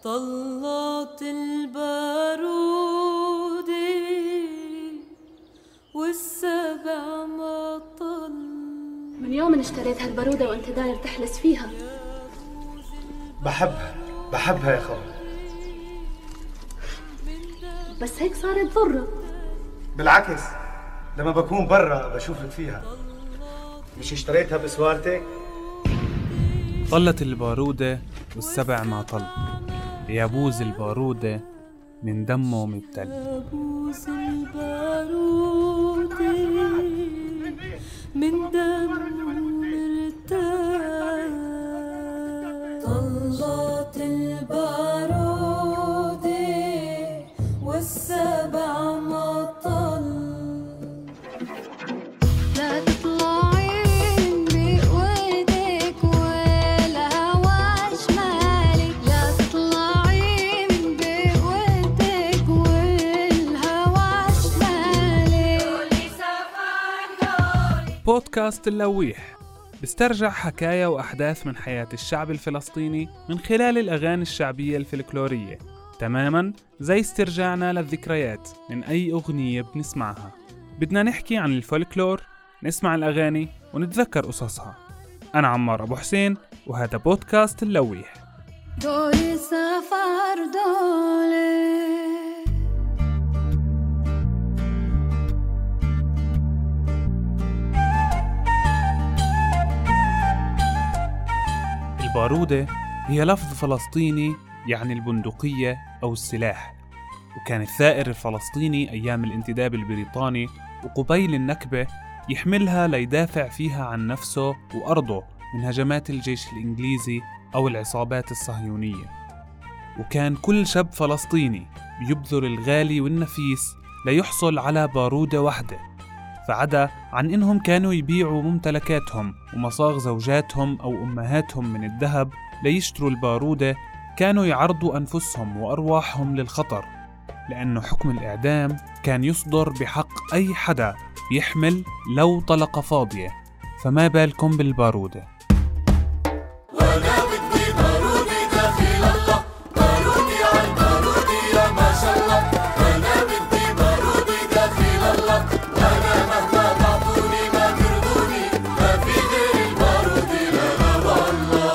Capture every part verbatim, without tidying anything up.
طلت البارود والسبع ما طل. من يوم ان اشتريت هالبارودة وانت داير تحلس فيها. بحبها بحبها يا خال. بس هيك صارت ضرة. بالعكس، لما بكون برا بشوفك فيها. مش اشتريتها بسوارتك؟ طلت البارودة والسبع ما طل، يابوز البارودة من دمه مبتل. يابوز البارودة من دمه مرتل. طلت البارودة والسبع ما طل. لا تطلعين بقوتك والهوى شمالك. لا تطلعين بقوتك والهوى شمالك. بودكاست اللويح بسترجع حكاية وأحداث من حياة الشعب الفلسطيني من خلال الأغاني الشعبية الفلكلورية، تماماً زي استرجاعنا للذكريات من أي أغنية بنسمعها. بدنا نحكي عن الفولكلور، نسمع الأغاني ونتذكر قصصها. أنا عمار أبو حسين وهذا بودكاست اللويح. دولي سفر دولي. البارودة هي لفظ فلسطيني يعني البندقية أو السلاح، وكان الثائر الفلسطيني أيام الانتداب البريطاني وقبيل النكبة يحملها ليدافع فيها عن نفسه وأرضه من هجمات الجيش الإنجليزي أو العصابات الصهيونية. وكان كل شاب فلسطيني بيبذل الغالي والنفيس ليحصل على بارودة واحدة، فعدا عن إنهم كانوا يبيعوا ممتلكاتهم ومصاغ زوجاتهم أو أمهاتهم من الذهب ليشتروا البارودة. كانوا يعرضوا أنفسهم وأرواحهم للخطر، لأنه حكم الإعدام كان يصدر بحق أي حدا يحمل لو طلقة فاضية، فما بالكم بالبارودة. وانا بدي بارودي داخل الله، بارودي على البارودي يا ما شاء الله. وانا بدي بارودي داخل الله، وانا مهما تعطوني ما ترضوني، ما في غير البارودي لا لا والله.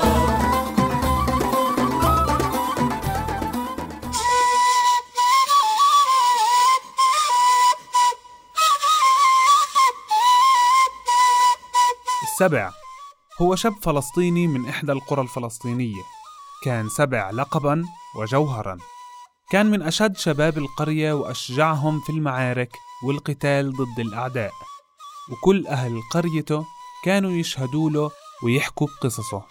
السبع هو شاب فلسطيني من إحدى القرى الفلسطينية، كان سبع لقباً وجوهراً. كان من أشد شباب القرية وأشجعهم في المعارك والقتال ضد الأعداء، وكل أهل قريته كانوا يشهدوا له ويحكوا بقصصه.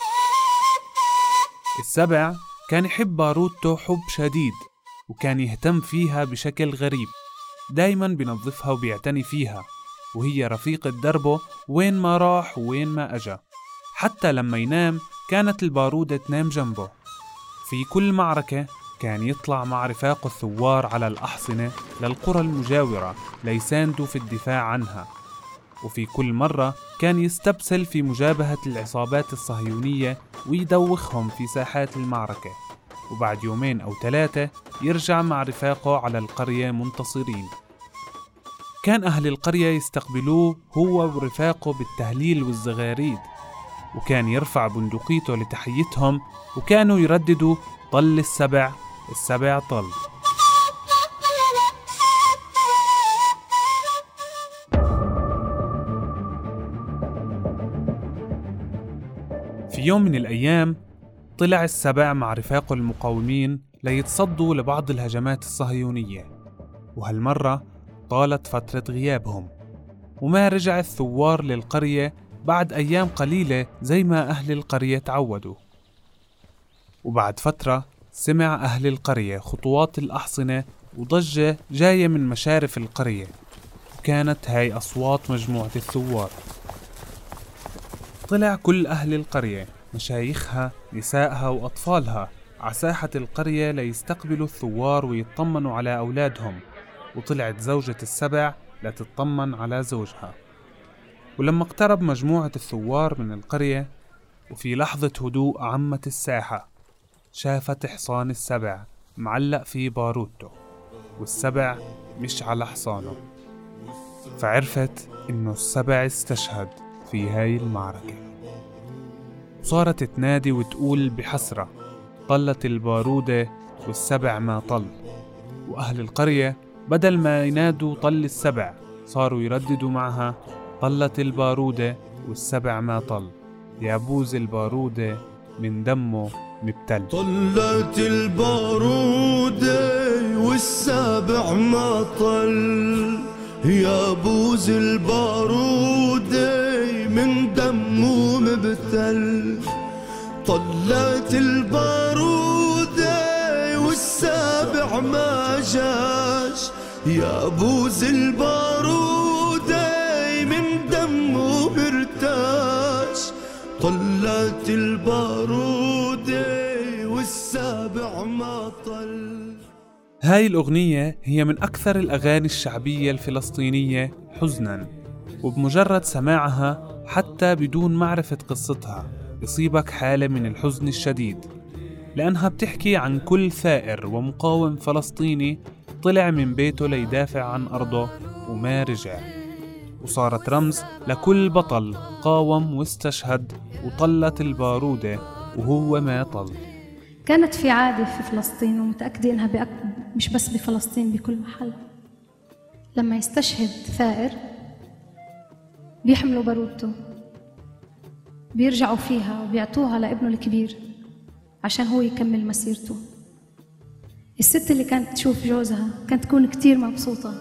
السبع كان يحب بارودته حب شديد، وكان يهتم فيها بشكل غريب، دايماً بينظفها وبيعتني فيها، وهي رفيقة دربه وين ما راح وين ما أجا. حتى لما ينام كانت البارودة تنام جنبه. في كل معركة كان يطلع مع رفاقه الثوار على الأحصنة للقرى المجاورة ليساندوا في الدفاع عنها، وفي كل مرة كان يستبسل في مجابهة العصابات الصهيونية ويدوخهم في ساحات المعركة، وبعد يومين أو ثلاثة يرجع مع رفاقه على القرية منتصرين. كان أهل القرية يستقبلوه هو ورفاقه بالتهليل والزغاريد، وكان يرفع بندقيته لتحيتهم، وكانوا يرددوا طل السبع السبع طل. في يوم من الأيام طلع السبع مع رفاقه المقاومين ليتصدوا لبعض الهجمات الصهيونية، وهالمرة طالت فترة غيابهم، وما رجع الثوار للقرية بعد أيام قليلة زي ما أهل القرية تعودوا. وبعد فترة سمع أهل القرية خطوات الأحصنة وضجة جاية من مشارف القرية، وكانت هاي أصوات مجموعة الثوار. طلع كل أهل القرية، مشايخها، نسائها وأطفالها، على ساحة القرية ليستقبلوا الثوار ويطمنوا على أولادهم. وطلعت زوجة السبع لتطمن على زوجها. ولما اقترب مجموعة الثوار من القرية وفي لحظة هدوء عمت الساحة، شافت حصان السبع معلق فيه باروتو، والسبع مش على حصانه، فعرفت إنه السبع استشهد في هاي المعركة. وصارت تنادي وتقول بحسرة: طلت البارودة والسبع ما طل. وأهل القرية بدل ما ينادوا طل السبع صاروا يرددوا معها: طلت البارودة والسبع ما طل، يا بوز البارودة من دمه مبتل. طلت البارودة والسبع ما طل، يا بوز البارودة من دمه مبتل. طلت البارودة والسبع ما جاش، يا بوز البارودة من دمه مرتاش. طلت البارودة والسبع ما طل. هاي الأغنية هي من أكثر الأغاني الشعبية الفلسطينية حزناً، وبمجرد سماعها حتى بدون معرفة قصتها يصيبك حالة من الحزن الشديد، لأنها بتحكي عن كل ثائر ومقاوم فلسطيني طلع من بيته ليدافع عن أرضه وما رجع، وصارت رمز لكل بطل قاوم واستشهد وطلت البارودة وهو ما طل. كانت في عادة في فلسطين، ومتأكدة إنها بأك... مش بس بفلسطين، بكل محل، لما يستشهد ثائر بيحملوا بارودته بيرجعوا فيها وبيعطوها لابنه الكبير عشان هو يكمل مسيرته. الست اللي كانت تشوف جوزها كانت تكون كتير مبسوطة،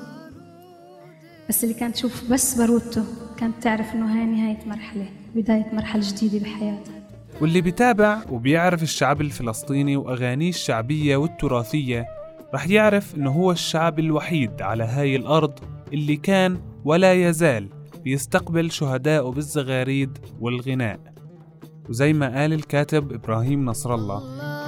بس اللي كانت تشوف بس بارودته كانت تعرف إنه هاي نهاية مرحلة، بداية مرحلة جديدة بحياتها. واللي بيتابع وبيعرف الشعب الفلسطيني وأغانيه الشعبية والتراثية رح يعرف إنه هو الشعب الوحيد على هاي الأرض اللي كان ولا يزال بيستقبل شهدائه بالزغاريد والغناء. وزي ما قال الكاتب إبراهيم نصر الله: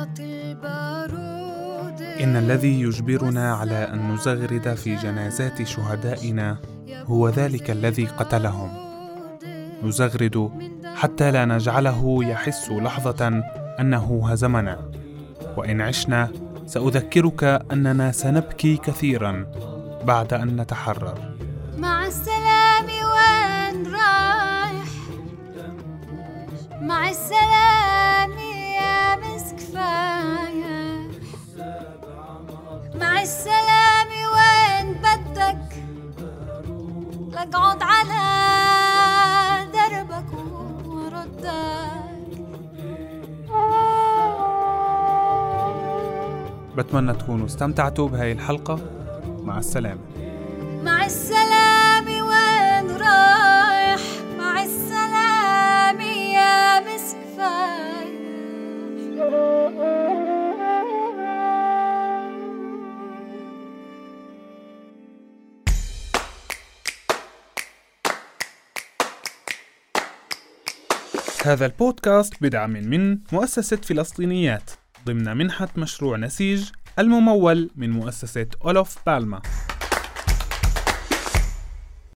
إن الذي يجبرنا على أن نزغرد في جنازات شهدائنا هو ذلك الذي قتلهم. نزغرد حتى لا نجعله يحس لحظة أنه هزمنا، وإن عشنا سأذكرك أننا سنبكي كثيرا بعد أن نتحرر. مع السلامة وين رايح، مع السلامة يا مسك فايح، مع السلامة وين بدك لقعد على دربك وردك. بتمنى تكونوا استمتعتوا بهاي الحلقة. مع السلامة. مع السلامة وين رايح، مع السلامة يا مسك فايح. هذا البودكاست بدعم من مؤسسة فلسطينيات ضمن منحة مشروع نسيج الممول من مؤسسة أولوف بالما.